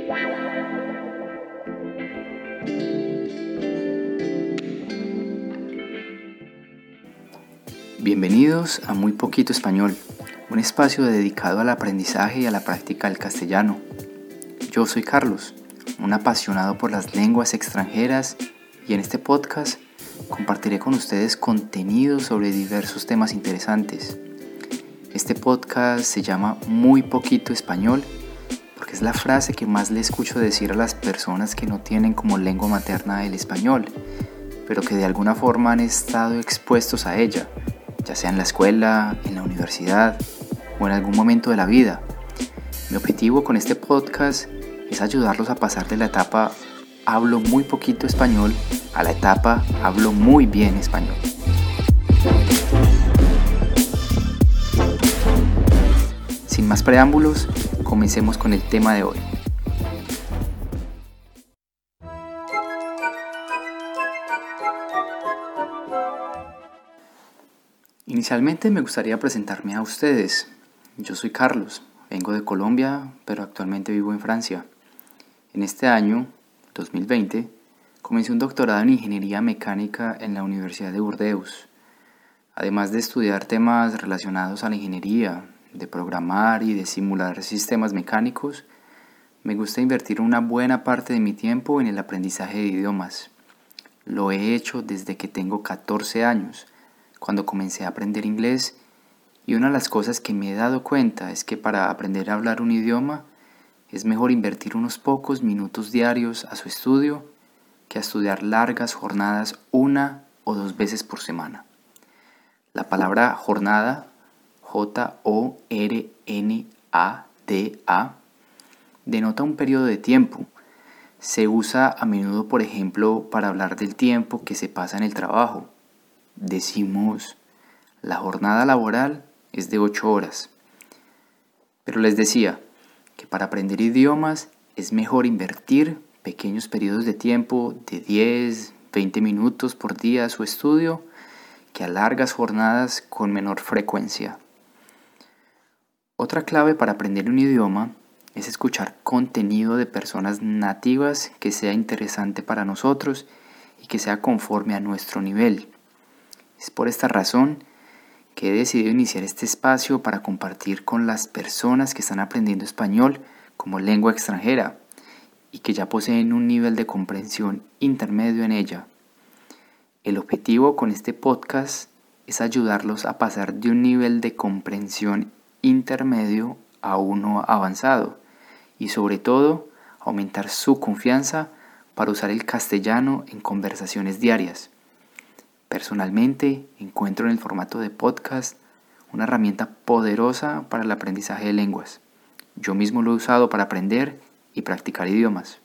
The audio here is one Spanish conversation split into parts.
Bienvenidos a Muy Poquito Español, un espacio dedicado al aprendizaje y a la práctica del castellano. Yo soy Carlos, un apasionado por las lenguas extranjeras, y en este podcast compartiré con ustedes contenido sobre diversos temas interesantes. Este podcast se llama Muy Poquito Español porque es la frase que más le escucho decir a las personas que no tienen como lengua materna el español, pero que de alguna forma han estado expuestos a ella, ya sea en la escuela, en la universidad o en algún momento de la vida. Mi objetivo con este podcast es ayudarlos a pasar de la etapa hablo muy poquito español a la etapa hablo muy bien español. Sin más preámbulos, comencemos con el tema de hoy. Inicialmente me gustaría presentarme a ustedes. Yo soy Carlos, vengo de Colombia, pero actualmente vivo en Francia. En este año, 2020, comencé un doctorado en Ingeniería Mecánica en la Universidad de Burdeos. Además de estudiar temas relacionados a la ingeniería, de programar y de simular sistemas mecánicos, me gusta invertir una buena parte de mi tiempo en el aprendizaje de idiomas. Lo he hecho desde que tengo 14 años, cuando comencé a aprender inglés, y una de las cosas que me he dado cuenta es que para aprender a hablar un idioma es mejor invertir unos pocos minutos diarios a su estudio que a estudiar largas jornadas 1 o 2 veces por semana. La palabra jornada, Jornada, denota un periodo de tiempo. Se usa a menudo, por ejemplo, para hablar del tiempo que se pasa en el trabajo. Decimos, la jornada laboral es de 8 horas. Pero les decía que para aprender idiomas es mejor invertir pequeños periodos de tiempo de 10, 20 minutos por día a su estudio que a largas jornadas con menor frecuencia. Otra clave para aprender un idioma es escuchar contenido de personas nativas que sea interesante para nosotros y que sea conforme a nuestro nivel. Es por esta razón que he decidido iniciar este espacio para compartir con las personas que están aprendiendo español como lengua extranjera y que ya poseen un nivel de comprensión intermedio en ella. El objetivo con este podcast es ayudarlos a pasar de un nivel de comprensión intermedio a uno avanzado y sobre todo aumentar su confianza para usar el castellano en conversaciones diarias. Personalmente encuentro en el formato de podcast una herramienta poderosa para el aprendizaje de lenguas. Yo mismo lo he usado para aprender y practicar idiomas.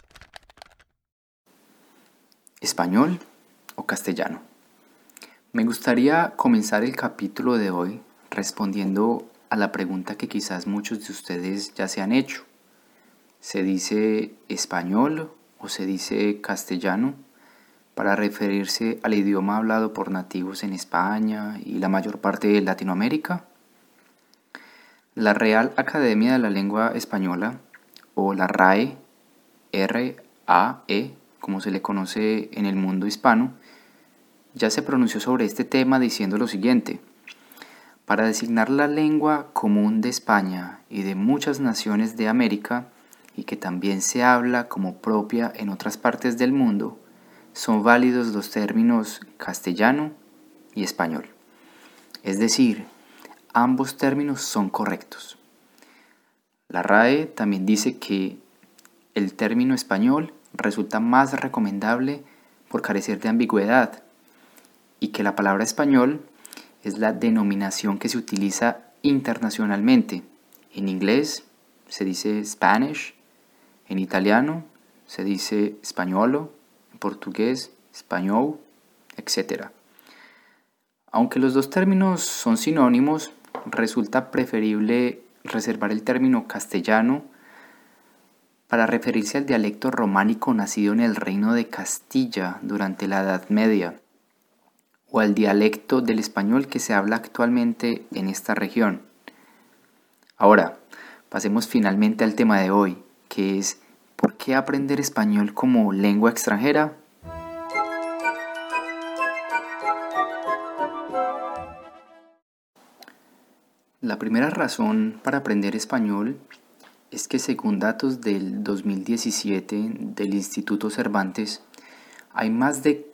¿Español o castellano? Me gustaría comenzar el capítulo de hoy respondiendo a la pregunta que quizás muchos de ustedes ya se han hecho. ¿Se dice español o se dice castellano para referirse al idioma hablado por nativos en España y la mayor parte de Latinoamérica? La Real Academia de la Lengua Española, o la RAE, R-A-E, como se le conoce en el mundo hispano, ya se pronunció sobre este tema diciendo lo siguiente: para designar la lengua común de España y de muchas naciones de América, y que también se habla como propia en otras partes del mundo, son válidos los términos castellano y español. Es decir, ambos términos son correctos. La RAE también dice que el término español resulta más recomendable por carecer de ambigüedad y que la palabra español es la denominación que se utiliza internacionalmente. En inglés se dice Spanish, en italiano se dice spagnolo, en portugués español, etc. Aunque los dos términos son sinónimos, resulta preferible reservar el término castellano para referirse al dialecto románico nacido en el Reino de Castilla durante la Edad Media, o al dialecto del español que se habla actualmente en esta región. Ahora, pasemos finalmente al tema de hoy, que es ¿Por qué aprender español como lengua extranjera? La primera razón para aprender español es que según datos del 2017 del Instituto Cervantes, hay más de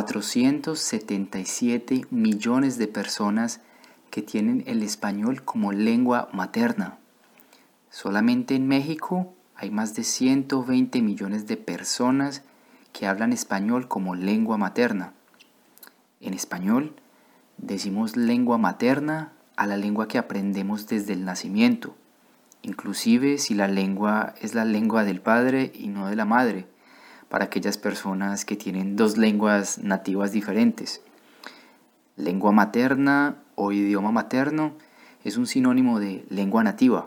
477 millones de personas que tienen el español como lengua materna. Solamente en México hay más de 120 millones de personas que hablan español como lengua materna. En español decimos lengua materna a la lengua que aprendemos desde el nacimiento, inclusive si la lengua es la lengua del padre y no de la madre, para aquellas personas que tienen dos lenguas nativas diferentes. Lengua materna o idioma materno es un sinónimo de lengua nativa.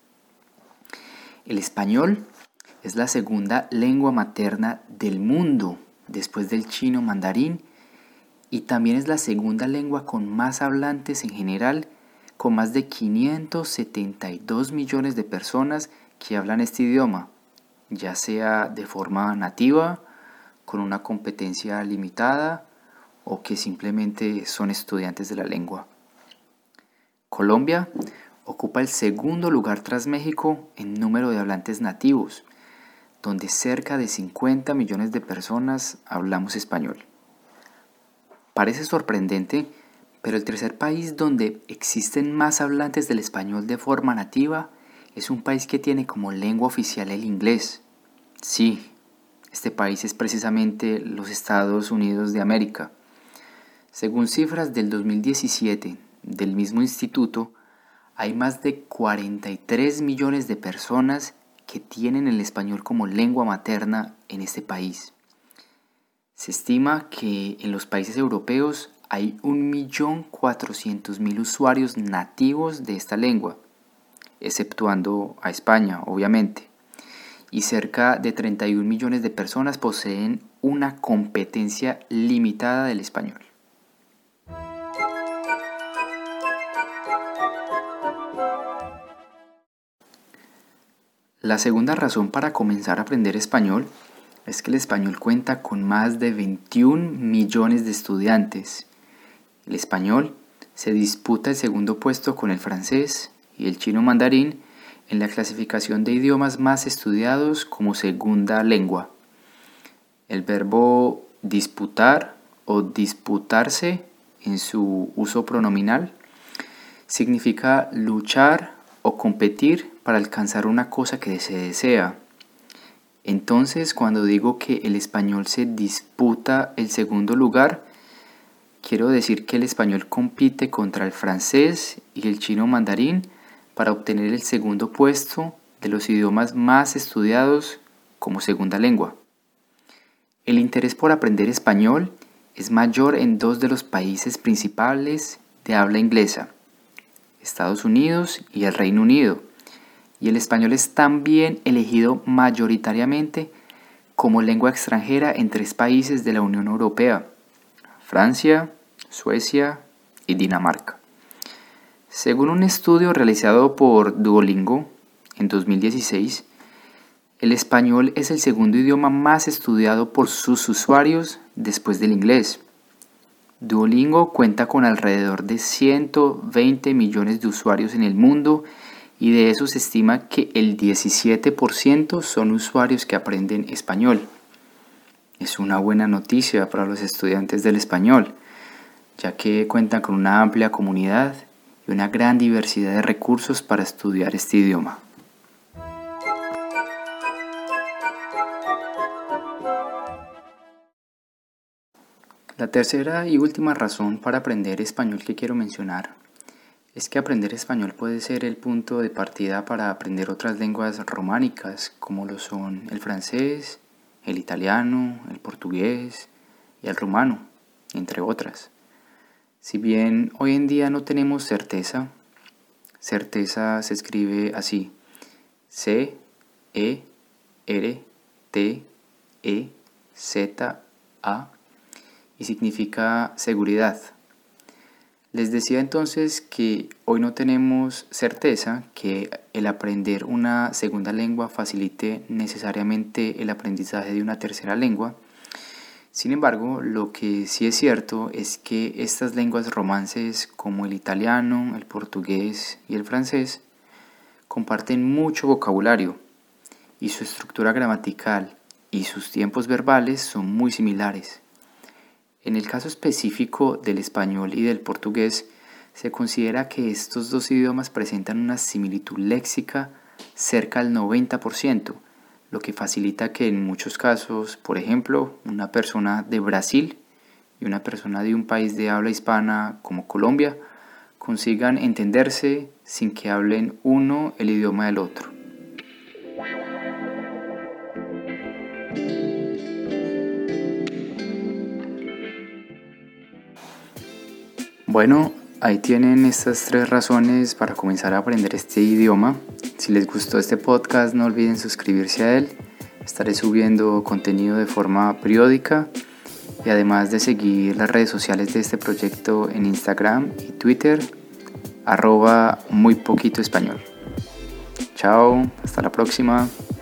El español es la segunda lengua materna del mundo después del chino mandarín y también es la segunda lengua con más hablantes en general, con más de 572 millones de personas que hablan este idioma, ya sea de forma nativa, con una competencia limitada o que simplemente son estudiantes de la lengua. Colombia ocupa el segundo lugar tras México en número de hablantes nativos, donde cerca de 50 millones de personas hablamos español. Parece sorprendente, pero el tercer país donde existen más hablantes del español de forma nativa es un país que tiene como lengua oficial el inglés. Sí, este país es precisamente los Estados Unidos de América. Según cifras del 2017 del mismo instituto, hay más de 43 millones de personas que tienen el español como lengua materna en este país. Se estima que en los países europeos hay 1.400.000 usuarios nativos de esta lengua, exceptuando a España, obviamente, y cerca de 31 millones de personas poseen una competencia limitada del español. La segunda razón para comenzar a aprender español es que el español cuenta con más de 21 millones de estudiantes. El español se disputa el segundo puesto con el francés y el chino mandarín en la clasificación de idiomas más estudiados como segunda lengua. El verbo disputar o disputarse en su uso pronominal significa luchar o competir para alcanzar una cosa que se desea. Entonces, cuando digo que el español se disputa el segundo lugar, quiero decir que el español compite contra el francés y el chino mandarín para obtener el segundo puesto de los idiomas más estudiados como segunda lengua. El interés por aprender español es mayor en dos de los países principales de habla inglesa, Estados Unidos y el Reino Unido, y el español es también elegido mayoritariamente como lengua extranjera en 3 países de la Unión Europea: Francia, Suecia y Dinamarca. Según un estudio realizado por Duolingo en 2016, el español es el segundo idioma más estudiado por sus usuarios después del inglés. Duolingo cuenta con alrededor de 120 millones de usuarios en el mundo y de eso se estima que el 17% son usuarios que aprenden español. Es una buena noticia para los estudiantes del español, ya que cuentan con una amplia comunidad y una gran diversidad de recursos para estudiar este idioma. La tercera y última razón para aprender español que quiero mencionar es que aprender español puede ser el punto de partida para aprender otras lenguas románicas, como lo son el francés, el italiano, el portugués y el rumano, entre otras. Si bien hoy en día no tenemos certeza se escribe así: C-E-R-T-E-Z-A, y significa seguridad. Les decía entonces que hoy no tenemos certeza que el aprender una segunda lengua facilite necesariamente el aprendizaje de una tercera lengua. Sin embargo, lo que sí es cierto es que estas lenguas romances como el italiano, el portugués y el francés comparten mucho vocabulario y su estructura gramatical y sus tiempos verbales son muy similares. En el caso específico del español y del portugués, se considera que estos dos idiomas presentan una similitud léxica cerca al 90%, lo que facilita que en muchos casos, por ejemplo, una persona de Brasil y una persona de un país de habla hispana como Colombia consigan entenderse sin que hablen uno el idioma del otro. Bueno, ahí tienen estas 3 razones para comenzar a aprender este idioma. Si les gustó este podcast, no olviden suscribirse a él. Estaré subiendo contenido de forma periódica y además de seguir las redes sociales de este proyecto en Instagram y Twitter, @muypoquitoespañol. Chao, hasta la próxima.